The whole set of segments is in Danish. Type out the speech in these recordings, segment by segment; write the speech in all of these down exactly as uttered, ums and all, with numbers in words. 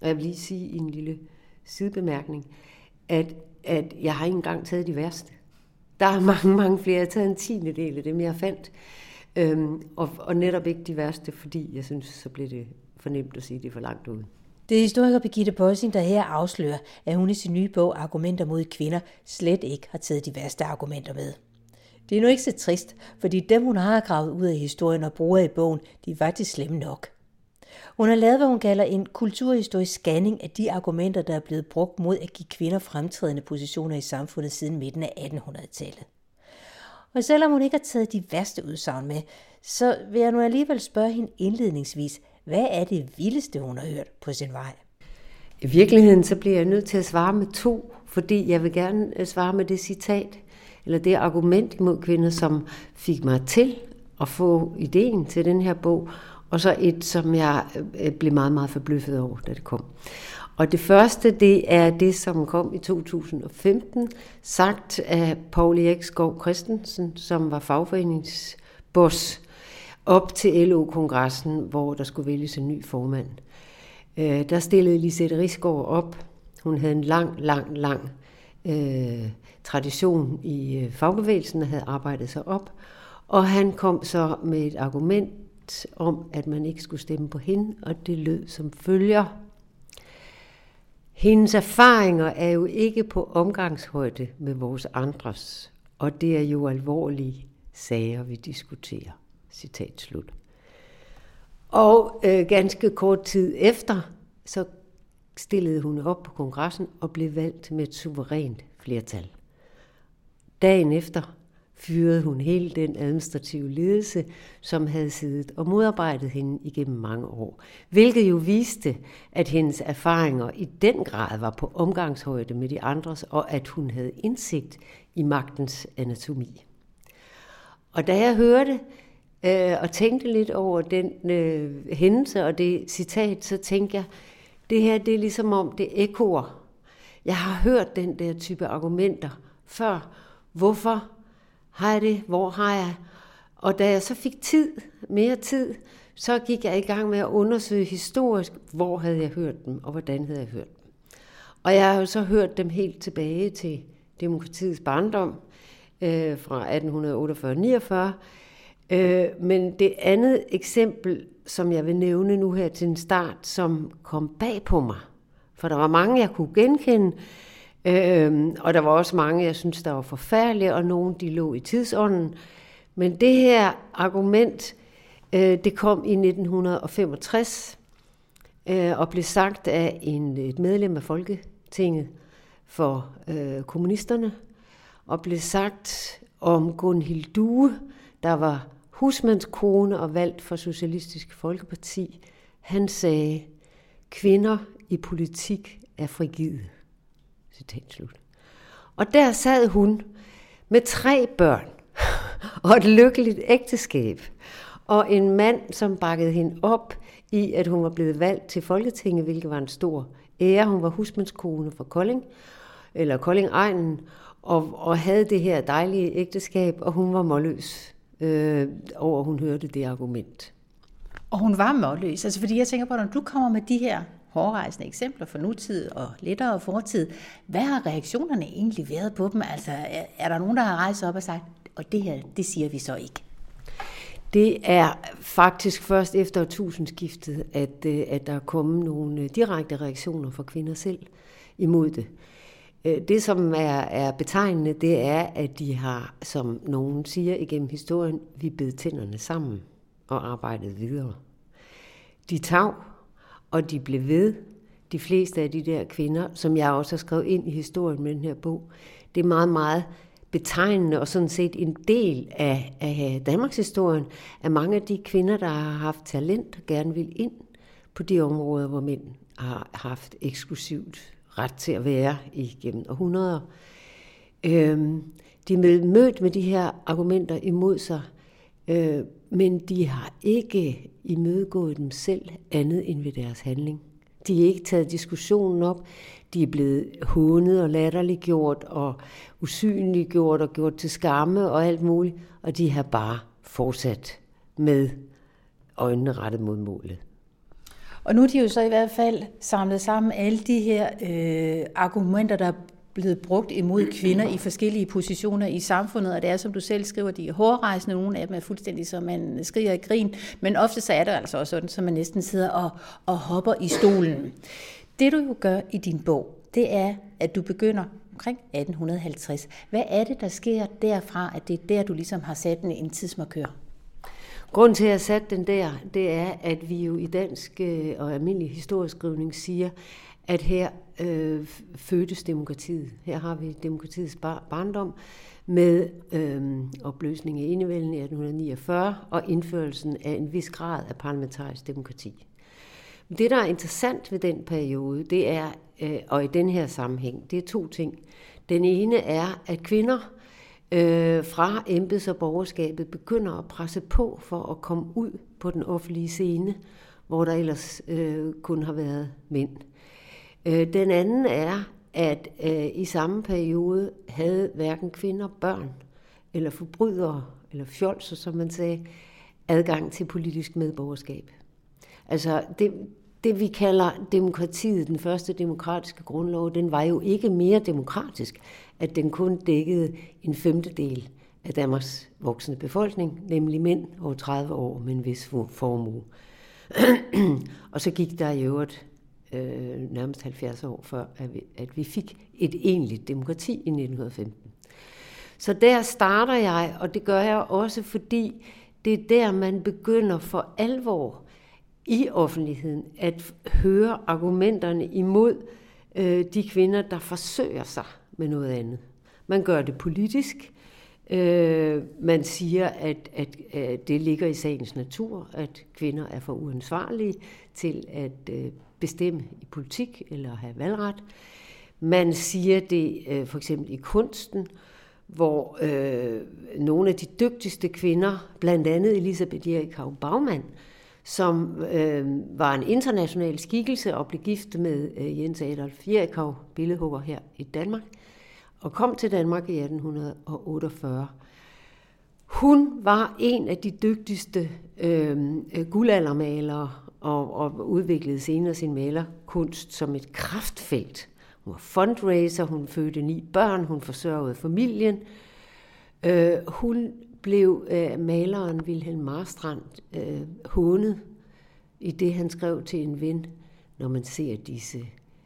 Og jeg vil lige sige i en lille sidebemærkning, at, at jeg har ikke engang taget de værste. Der er mange, mange flere. Jeg har taget en tiende del af dem, jeg fandt. Øhm, og, og netop ikke de værste, fordi jeg synes, så bliver det for nemt at sige, at det er for langt ud. Det er historiker Birgitte Boissing, der her afslører, at hun i sin nye bog Argumenter mod kvinder slet ikke har taget de værste argumenter med. Det er nu ikke så trist, fordi dem, hun har gravet ud af historien og bruger i bogen, de er faktisk slemme nok. Hun har lavet, hvad hun kalder en kulturhistorisk scanning af de argumenter, der er blevet brugt mod at give kvinder fremtrædende positioner i samfundet siden midten af attenhundredetallet. Og selvom hun ikke har taget de værste udsagn med, så vil jeg nu alligevel spørge hende indledningsvis, hvad er det vildeste, hun har hørt på sin vej? I virkeligheden så bliver jeg nødt til at svare med to, fordi jeg vil gerne svare med det citat, eller det argument imod kvinder, som fik mig til at få ideen til den her bog, og så et, som jeg blev meget, meget forbløffet over, da det kom. Og det første, det er det, som kom i to tusind og femten, sagt af Poul Erik Skov Christensen, som var fagforeningsboss, op til L O-kongressen, hvor der skulle vælges en ny formand. Der stillede Lisette Risgaard op. Hun havde en lang, lang, lang øh, tradition i fagbevægelsen og havde arbejdet sig op. Og han kom så med et argument om, at man ikke skulle stemme på hende, og det lød som følger. Hendes erfaringer er jo ikke på omgangshøjde med vores andres, og det er jo alvorlige sager, vi diskuterer. Citat slut. Og øh, ganske kort tid efter, så stillede hun op på kongressen og blev valgt med et suverænt flertal. Dagen efter fyrede hun hele den administrative ledelse, som havde siddet og modarbejdet hende igennem mange år. Hvilket jo viste, at hendes erfaringer i den grad var på omgangshøjde med de andres, og at hun havde indsigt i magtens anatomi. Og da jeg hørte øh, og tænkte lidt over den øh, hændelse og det citat, så tænkte jeg, det her det er ligesom om det ekkoer. Jeg har hørt den der type argumenter før. Hvorfor har jeg det? Hvor har jeg? Og da jeg så fik tid, mere tid, så gik jeg i gang med at undersøge historisk, hvor havde jeg hørt dem, og hvordan havde jeg hørt dem. Og jeg har jo så hørt dem helt tilbage til demokratiets barndom, øh, fra atten otteogfyrre til niogfyrre. Øh, men det andet eksempel, som jeg vil nævne nu her til en start, som kom bag på mig, for der var mange, jeg kunne genkende, Øhm, og der var også mange, jeg synes, der var forfærdelige, og nogle, de lå i tidsånden. Men det her argument, øh, det kom i nitten femogtres, øh, og blev sagt af en, et medlem af Folketinget for øh, kommunisterne, og blev sagt om Gunhild Due, der var husmandskone og valgt for Socialistisk Folkeparti. Han sagde, kvinder i politik er frigide. Citat slut. Og der sad hun med tre børn og et lykkeligt ægteskab, og en mand, som bakkede hende op i, at hun var blevet valgt til Folketinget, hvilket var en stor ære. Hun var husmandskone fra Kolding, eller Kolding-egnen, og, og havde det her dejlige ægteskab, og hun var målløs øh, over, at hun hørte det argument. Og hun var målløs, altså fordi jeg tænker på, når du kommer med de her hårrejsende eksempler fra nutid og lettere fortid. Hvad har reaktionerne egentlig været på dem? Altså, er, er der nogen, der har rejst op og sagt, og det her, det siger vi så ikke? Det er faktisk først efter årtusindskiftet, at, at der er kommet nogle direkte reaktioner fra kvinder selv imod det. Det, som er, er betegnende, det er, at de har, som nogen siger igennem historien, vi bed tænderne sammen og arbejdet videre. De tav, og de blev ved. De fleste af de der kvinder, som jeg også har skrevet ind i historien med den her bog, det er meget, meget betegnende og sådan set en del af, af Danmarks historien, af mange af de kvinder, der har haft talent og gerne vil ind på de områder, hvor mænd har haft eksklusivt ret til at være igennem århundreder. Øhm, de er mødt med de her argumenter imod sig, øh, men de har ikke imødegået dem selv andet end ved deres handling. De har ikke taget diskussionen op. De er blevet hånet og latterliggjort og usynliggjort og gjort til skamme og alt muligt. Og de har bare fortsat med øjnene rettet mod målet. Og nu er de jo så i hvert fald samlet sammen alle de her øh, argumenter, der er blevet brugt imod kvinder i forskellige positioner i samfundet, og det er, som du selv skriver, de er hårrejsende, nogle af dem er fuldstændig, så man skriger i grin, men ofte så er det altså også sådan, så man næsten sidder og, og hopper i stolen. Det du jo gør i din bog, det er, at du begynder omkring atten halvtreds. Hvad er det, der sker derfra, at det er der, du ligesom har sat en, en tidsmarkør? Grunden til, at jeg satte den der, det er, at vi jo i dansk og almindelig historieskrivning siger, at her øh, fødtes demokratiet. Her har vi demokratiets bar- barndom med øh, opløsning af enevælden i atten niogfyrre og indførelsen af en vis grad af parlamentarisk demokrati. Det, der er interessant ved den periode, det er, øh, og i den her sammenhæng, det er to ting. Den ene er, at kvinder øh, fra embeds- og borgerskabet begynder at presse på for at komme ud på den offentlige scene, hvor der ellers øh, kun har været mænd. Øh, den anden er, at øh, i samme periode havde hverken kvinder, børn eller forbrydere, eller fjolser, som man sagde, adgang til politisk medborgerskab. Altså det, det vi kalder demokratiet, den første demokratiske grundlov, den var jo ikke mere demokratisk, at den kun dækkede en femtedel af Danmarks voksne befolkning, nemlig mænd over tredive år med en vis formue. Og så gik der i øvrigt øh, nærmest halvfjerds år før, at vi, at vi fik et egentligt demokrati i nitten femten. Så der starter jeg, og det gør jeg også, fordi det er der, man begynder for alvor i offentligheden at høre argumenterne imod øh, de kvinder, der forsøger sig med noget andet. Man gør det politisk. Øh, man siger, at, at, at det ligger i sagens natur, at kvinder er for uansvarlige til at øh, bestemme i politik eller have valgret. Man siger det øh, for eksempel i kunsten, hvor øh, nogle af de dygtigste kvinder, blandt andet Elisabeth Jerichau Baumann, som øh, var en international skikkelse og blev gift med øh, Jens Adolf Jerichau, billedhugger her i Danmark, og kom til Danmark i atten otteogfyrre. Hun var en af de dygtigste øh, guldaldermalere og, og udviklede senere sin malerkunst som et kraftfelt. Hun var fundraiser, hun fødte ni børn, hun forsørgede familien. Øh, hun blev øh, maleren Wilhelm Marstrand øh, hånet i det, han skrev til en ven, når man ser disse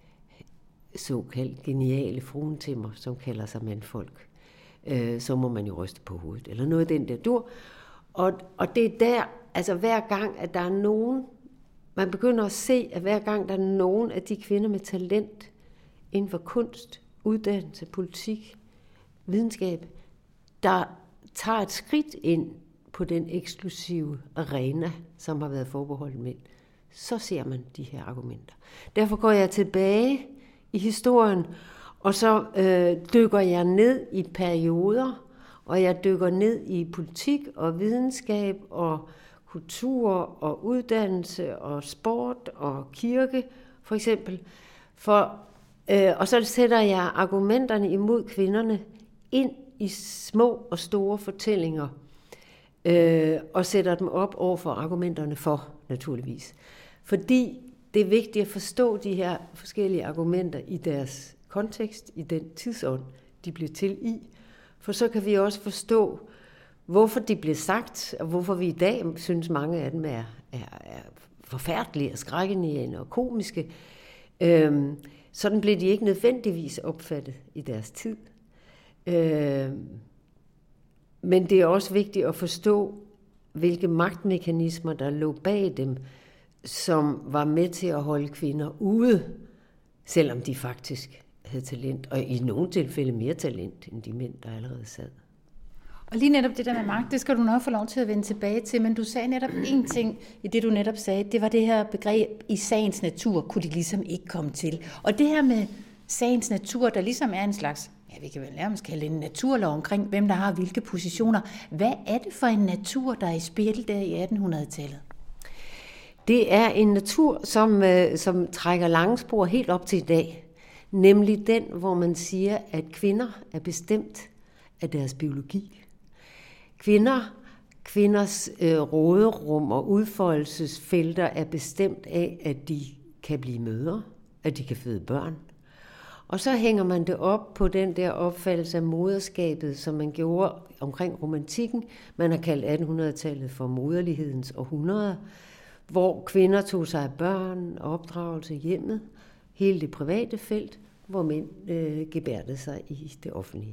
såkaldt geniale fruentimmer, som kalder sig mandfolk. Øh, så må man jo ryste på hovedet, eller noget af den der dur. Og, og det er der, altså hver gang, at der er nogen, man begynder at se, at hver gang der er nogen af de kvinder med talent inden for kunst, uddannelse, politik, videnskab, der tager et skridt ind på den eksklusive arena, som har været forbeholdt mænd, så ser man de her argumenter. Derfor går jeg tilbage i historien, og så øh, dykker jeg ned i perioder, og jeg dykker ned i politik og videnskab og kultur og uddannelse og sport og kirke, for eksempel. For, øh, og så sætter jeg argumenterne imod kvinderne ind i små og store fortællinger, øh, og sætter dem op over for argumenterne for, naturligvis. Fordi det er vigtigt at forstå de her forskellige argumenter i deres kontekst, i den tidsånd, de bliver til i. For så kan vi også forstå, hvorfor de blev sagt, og hvorfor vi i dag synes, mange af dem er, er, er forfærdelige, og skrækindjagende og komiske. Øhm, sådan blev de ikke nødvendigvis opfattet i deres tid. Øhm, men det er også vigtigt at forstå, hvilke magtmekanismer, der lå bag dem, som var med til at holde kvinder ude, selvom de faktisk havde talent, og i nogle tilfælde mere talent, end de mænd, der allerede sad. Og lige netop det der med magt, det skal du nok få lov til at vende tilbage til, men du sagde netop en ting i det, du netop sagde, det var det her begreb, i sagens natur kunne de ligesom ikke komme til. Og det her med sagens natur, der ligesom er en slags, ja, vi kan vel nærmest kalde en naturlov omkring, hvem der har hvilke positioner. Hvad er det for en natur, der er i spil der i attenhundredetallet? Det er en natur, som, øh, som trækker lange spor helt op til i dag. Nemlig den, hvor man siger, at kvinder er bestemt af deres biologi. Kvinder kvinders øh, råderum og udfoldelsesfelter er bestemt af, at de kan blive mødre, at de kan føde børn. Og så hænger man det op på den der opfattelse af moderskabet, som man gjorde omkring romantikken. Man har kaldt attenhundredetallet for moderlighedens århundrede, hvor kvinder tog sig af børn, opdragelse i hjemmet, hele det private felt, hvor mænd øh, gebærdede sig i det offentlige.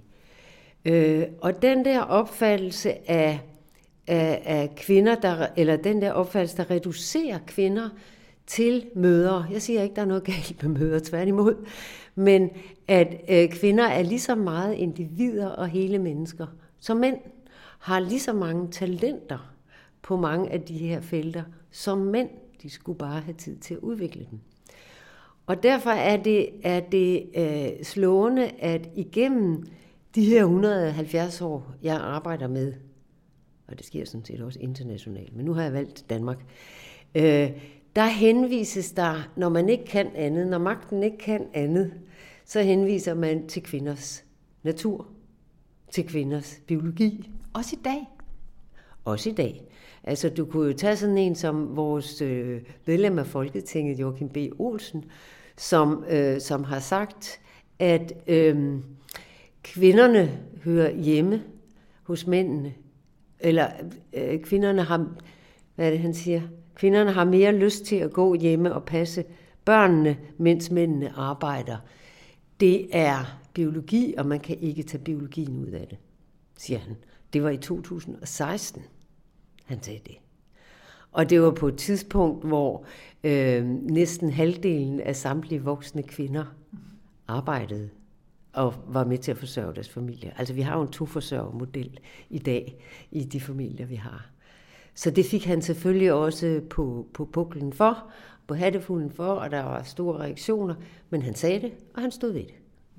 Øh, og den der opfattelse af, af, af kvinder, der, eller den der opfattelse, der reducerer kvinder til mødre. Jeg siger ikke, der er noget galt med mødre, tværtimod, men at øh, kvinder er lige så meget individer og hele mennesker, som mænd har lige så mange talenter på mange af de her felter, som mænd. De skulle bare have tid til at udvikle dem. Og derfor er det, er det øh, slående, at igennem de her et hundrede og halvfjerds år, jeg arbejder med, og det sker sådan set også internationalt, men nu har jeg valgt Danmark, øh, der henvises der, når man ikke kan andet, når magten ikke kan andet, så henviser man til kvinders natur, til kvinders biologi. Også i dag? Også i dag. Altså, du kunne jo tage sådan en som vores øh, medlem af Folketinget, Joachim B. Olsen, som, øh, som har sagt, at øh, kvinderne hører hjemme hos mændene, eller øh, kvinderne har, hvad er det, han siger? Kvinderne har mere lyst til at gå hjemme og passe børnene, mens mændene arbejder. Det er biologi, og man kan ikke tage biologien ud af det, siger han. Det var i to tusind og seksten, han sagde det. Og det var på et tidspunkt, hvor øh, næsten halvdelen af samtlige voksne kvinder arbejdede og var med til at forsørge deres familie. Altså vi har jo en toforsørgermodel i dag i de familier, vi har. Så det fik han selvfølgelig også på, på puklen for, på hattefuglen for, og der var store reaktioner, men han sagde det, og han stod ved det.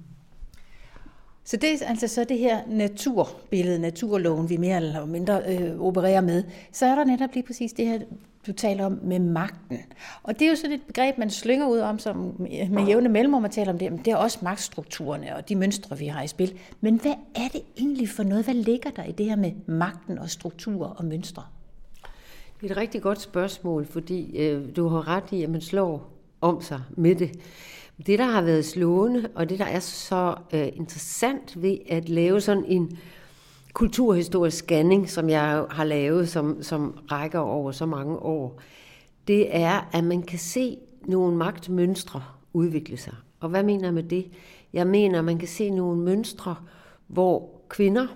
Så det er altså så det her naturbillede, naturloven, vi mere eller mindre øh, opererer med, så er der netop lige præcis det her, du taler om med magten. Og det er jo sådan et begreb, man slynger ud om, som med jævne mellemrum at tale om det, men det er også magtstrukturerne og de mønstre, vi har i spil. Men hvad er det egentlig for noget? Hvad ligger der i det her med magten og strukturer og mønstre? Det er et rigtig godt spørgsmål, fordi øh, du har ret i, at man slår om sig med det. Det, der har været slående, og det, der er så øh, interessant ved at lave sådan en kulturhistorisk scanning, som jeg har lavet, som, som rækker over så mange år, det er, at man kan se nogle magtmønstre udvikle sig. Og hvad mener jeg med det? Jeg mener, at man kan se nogle mønstre, hvor kvinder,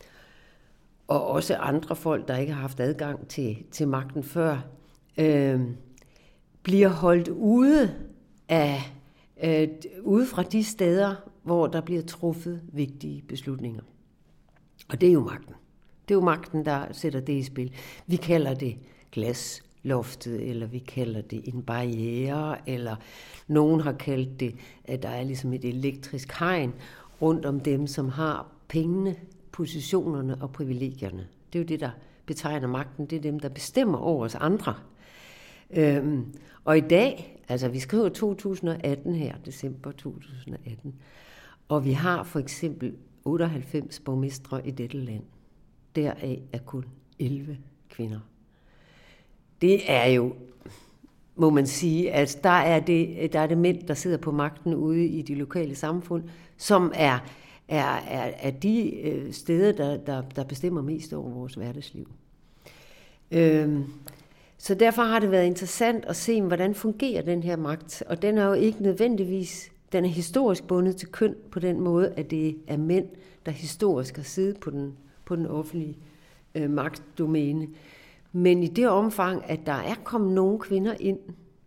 og også andre folk, der ikke har haft adgang til, til magten før, øh, bliver holdt ude af øh, ude fra de steder, hvor der bliver truffet vigtige beslutninger. Og det er jo magten. Det er jo magten, der sætter det i spil. Vi kalder det glasloftet, eller vi kalder det en barriere, eller nogen har kaldt det, at der er ligesom et elektrisk hegn rundt om dem, som har pengene, positionerne og privilegierne. Det er jo det, der betegner magten. Det er dem, der bestemmer over os andre. Øhm, og i dag, altså vi skriver to tusind og atten her, december to tusind og atten, og vi har for eksempel otteoghalvfems borgmestre i dette land. Deraf er kun elleve kvinder. Det er jo, må man sige, at der er det, der er det mænd, der sidder på magten ude i de lokale samfund, som er er, er, er de øh, steder, der, der, der bestemmer mest over vores hverdagsliv. Øhm, så derfor har det været interessant at se, hvordan fungerer den her magt. Og den er jo ikke nødvendigvis, den er historisk bundet til køn på den måde, at det er mænd, der historisk har siddet på den, på den offentlige øh, magtdomæne. Men i det omfang, at der er kommet nogle kvinder ind,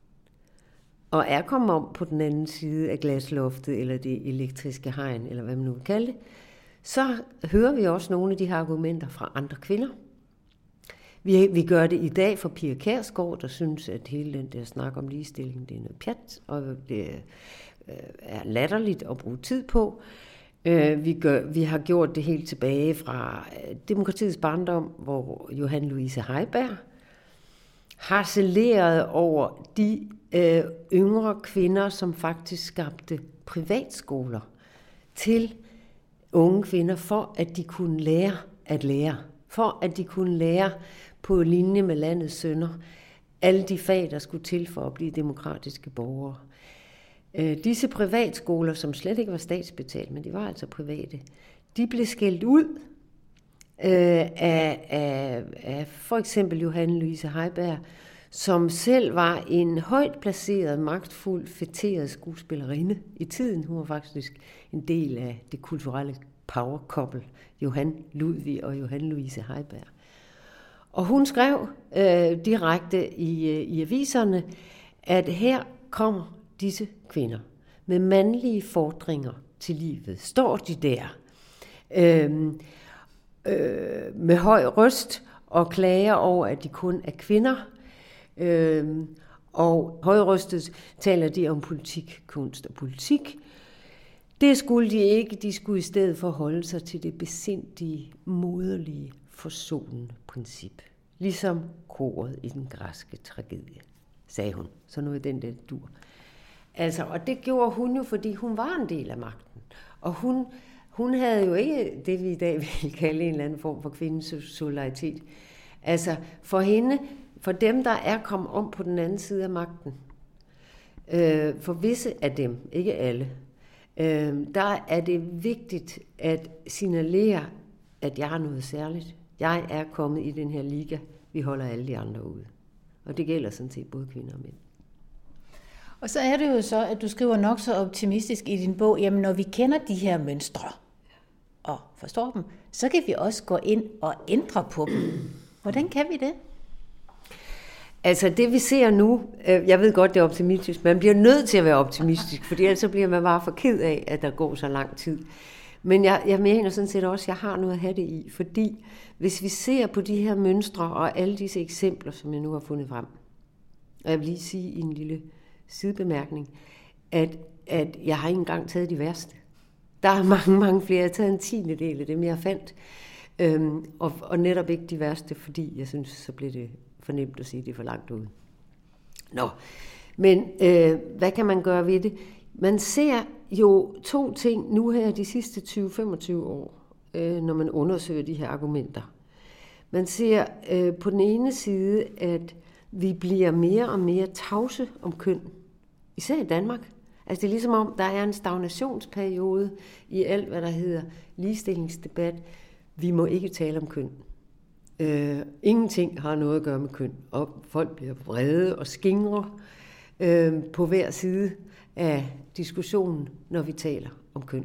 og er kommet om på den anden side af glasloftet, eller det elektriske hegn, eller hvad man nu vil kalde det, så hører vi også nogle af de her argumenter fra andre kvinder. Vi, vi gør det i dag for Pia Kjærsgaard, der synes, at hele den der snak om ligestilling, det er noget pjat, og det er latterligt at bruge tid på. Vi, gør, vi har gjort det helt tilbage fra demokratiets barndom, hvor Johan Louise Heiberg harcelerede over de øh, yngre kvinder, som faktisk skabte privatskoler til unge kvinder, for at de kunne lære at lære. for at de kunne lære på linje med landets sønner alle de fag, der skulle til for at blive demokratiske borgere. Disse privatskoler, som slet ikke var statsbetalt, men de var altså private, de blev skældt ud af, af, af for eksempel Johanne Luise Heiberg, som selv var en højt placeret, magtfuld, fætteret skuespillerinde i tiden. Hun var faktisk en del af det kulturelle power couple, Johan Ludvig og Johanne Luise Heiberg. Og hun skrev øh, direkte i, i aviserne, at her kommer disse kvinder med mandlige fordringer til livet. Står de der øh, øh, med høj røst og klager over, at de kun er kvinder. Øh, og højrøstet taler de om politik, kunst og politik. Det skulle de ikke. De skulle i stedet forholde sig til det besindige, moderlige, forsonende princip. Ligesom koret i den græske tragedie, sagde hun. Så nu er den der dur. Altså, og det gjorde hun jo, fordi hun var en del af magten. Og hun, hun havde jo ikke det, vi i dag vil kalde en eller anden form for kvindens solidaritet. Altså, for hende, for dem, der er kommet om på den anden side af magten, øh, for visse af dem, ikke alle, øh, der er det vigtigt at signalere, at jeg er noget særligt. Jeg er kommet i den her liga, vi holder alle de andre ude. Og det gælder sådan set både kvinder og mænd. Og så er det jo så, at du skriver nok så optimistisk i din bog, jamen når vi kender de her mønstre og forstår dem, så kan vi også gå ind og ændre på dem. Hvordan kan vi det? Altså det vi ser nu, jeg ved godt det er optimistisk, man bliver nødt til at være optimistisk, for ellers så bliver man bare for ked af, at der går så lang tid. Men jeg, jeg mener sådan set også, at jeg har noget at have det i, fordi hvis vi ser på de her mønstre og alle disse eksempler, som jeg nu har fundet frem, og jeg vil lige sige i en lille sidebemærkning, at, at jeg har ikke engang taget de værste. Der er mange, mange flere. Jeg har taget en tiende del af dem, jeg fandt, øhm, og, og netop ikke de værste, fordi jeg synes, så bliver det for nemt at sige, det er for langt ude. Nå, men øh, hvad kan man gøre ved det? Man ser jo to ting nu her de sidste tyve til femogtyve år, øh, når man undersøger de her argumenter. Man ser øh, på den ene side, at vi bliver mere og mere tavse om køn, især i Danmark. Altså det er ligesom om, der er en stagnationsperiode i alt, hvad der hedder ligestillingsdebat. Vi må ikke tale om køn. Øh, ingenting har noget at gøre med køn, og folk bliver vrede og skingre øh, på hver side af diskussionen, når vi taler om køn.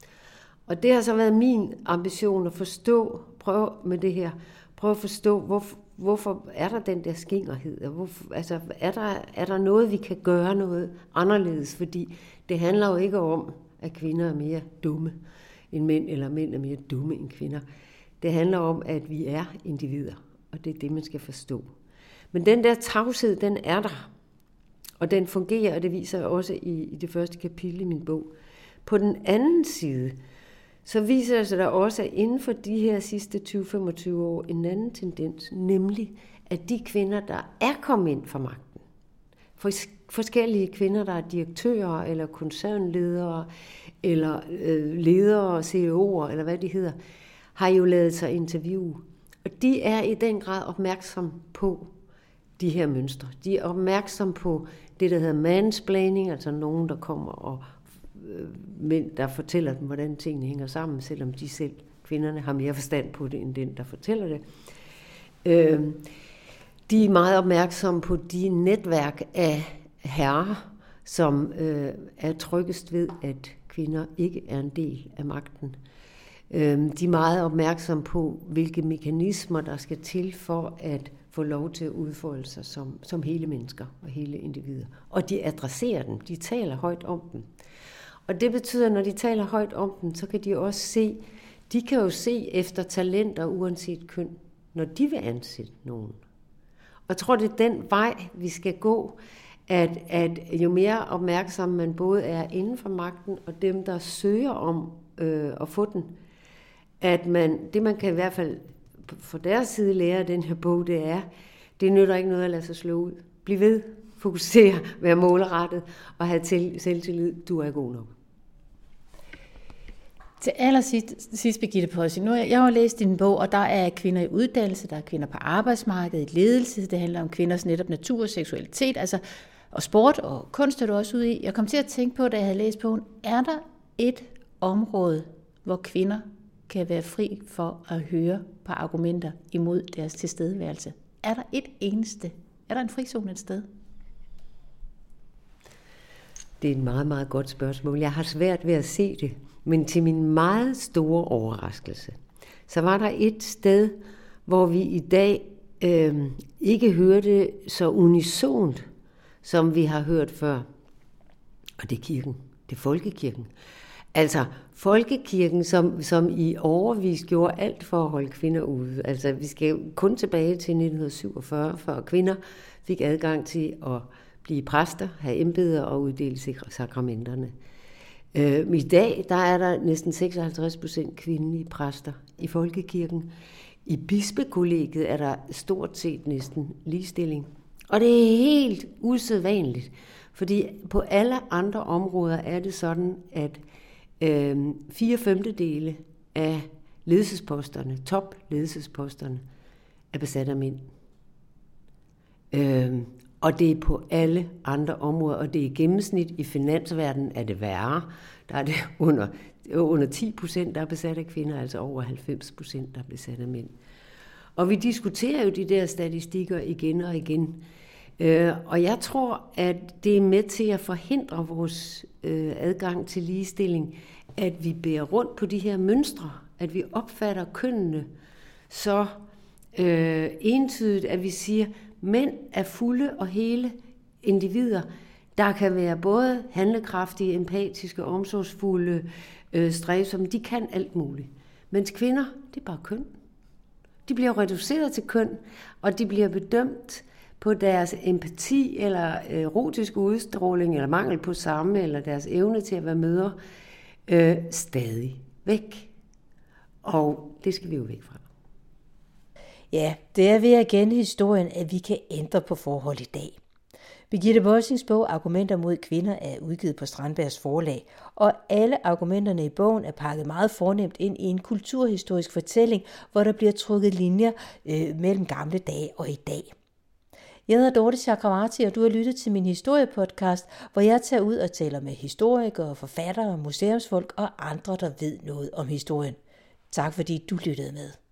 Og det har så været min ambition at forstå, prøve med det her, prøve at forstå, hvorfor, hvorfor er der den der skingerhed, og hvorfor, altså, er, der, er der noget, vi kan gøre noget anderledes, fordi det handler jo ikke om, at kvinder er mere dumme end mænd, eller mænd er mere dumme end kvinder. Det handler om, at vi er individer, og det er det, man skal forstå. Men den der tavshed, den er der, og den fungerer, og det viser jeg også i, i det første kapitel i min bog. På den anden side, så viser det sig der også, at inden for de her sidste tyve til femogtyve år, en anden tendens, nemlig at de kvinder, der er kommet ind for magten, for forskellige kvinder, der er direktører, eller koncernledere, eller øh, ledere, C E O'er, eller hvad de hedder, har jo lavet sig interviewe. Og de er i den grad opmærksom på de her mønstre. De er opmærksom på det, der hedder mansplaining, altså nogen, der kommer og øh, mænd, der fortæller dem, hvordan tingene hænger sammen, selvom de selv, kvinderne, har mere forstand på det, end den, der fortæller det. Øh, de er meget opmærksomme på de netværk af herrer, som øh, er tryggest ved, at kvinder ikke er en del af magten. De er meget opmærksomme på, hvilke mekanismer, der skal til for at få lov til at udfolde sig som, som hele mennesker og hele individer. Og de adresserer dem, de taler højt om dem. Og det betyder, at når de taler højt om dem, så kan de også se, de kan jo se efter talenter uanset køn, når de vil ansætte nogen. Og jeg tror, det er den vej, vi skal gå, at, at jo mere opmærksom man både er inden for magten, og dem, der søger om øh, at få den, at man, det man kan i hvert fald for deres side lære af den her bog, det er, det nytter ikke noget at lade sig slå ud. Bliv ved, fokusere, være målrettet og have til, selvtillid. Du er god nok. Til allersidst, sidst, Birgitte Possing, nu jeg, jeg har læst din bog, og der er kvinder i uddannelse, der er kvinder på arbejdsmarkedet, i ledelse, det handler om kvinders netop natur og seksualitet, altså, og sport og kunst er du også ude i. Jeg kom til at tænke på, da jeg havde læst bogen, er der et område, hvor kvinder kan være fri for at høre på argumenter imod deres tilstedeværelse? Er der et eneste? Er der en frizone et sted? Det er et meget, meget godt spørgsmål. Jeg har svært ved at se det, men til min meget store overraskelse, så var der et sted, hvor vi i dag øh, ikke hørte så unisont, som vi har hørt før. Og det er kirken. Det er folkekirken. Altså folkekirken, som, som i årevis gjorde alt for at holde kvinder ude. Altså vi skal jo kun tilbage til nitten syvogfyrre, før kvinder fik adgang til at blive præster, have embeder og uddele sakramenterne. Øh, I dag der er der næsten seksoghalvtreds procent kvindelige præster i folkekirken. I bispekollegiet er der stort set næsten ligestilling. Og det er helt usædvanligt, fordi på alle andre områder er det sådan, at øh, fire femtedele af ledelsesposterne, topledelsesposterne, er besat af mænd. Øh, og det er på alle andre områder, og det er i gennemsnit i finansverdenen er det værre. Der er det under, under ti procent, der er besat af kvinder, altså over halvfems procent, der er besat af mænd. Og vi diskuterer jo de der statistikker igen og igen. Øh, og jeg tror, at det er med til at forhindre vores øh, adgang til ligestilling, at vi bærer rundt på de her mønstre, at vi opfatter kønnene så øh, entydigt, at vi siger, mænd er fulde og hele individer, der kan være både handlekraftige, empatiske, omsorgsfulde, øh, stræbsomme, de kan alt muligt. Mens kvinder, det er bare køn. De bliver reduceret til køn, og de bliver bedømt på deres empati eller erotiske udstråling, eller mangel på samme, eller deres evne til at være mødre, øh, stadig væk. Og det skal vi jo væk fra. Ja, det er ved at kende historien, at vi kan ændre på forhold i dag. Birgitte Possing's bog Argumenter mod kvinder er udgivet på Strandbergs forlag, og alle argumenterne i bogen er pakket meget fornemt ind i en kulturhistorisk fortælling, hvor der bliver trukket linjer øh, mellem gamle dage og i dag. Jeg hedder Dorte Chakravarty, og du har lyttet til min historiepodcast, hvor jeg tager ud og taler med historikere, forfattere, museumsfolk og andre, der ved noget om historien. Tak fordi du lyttede med.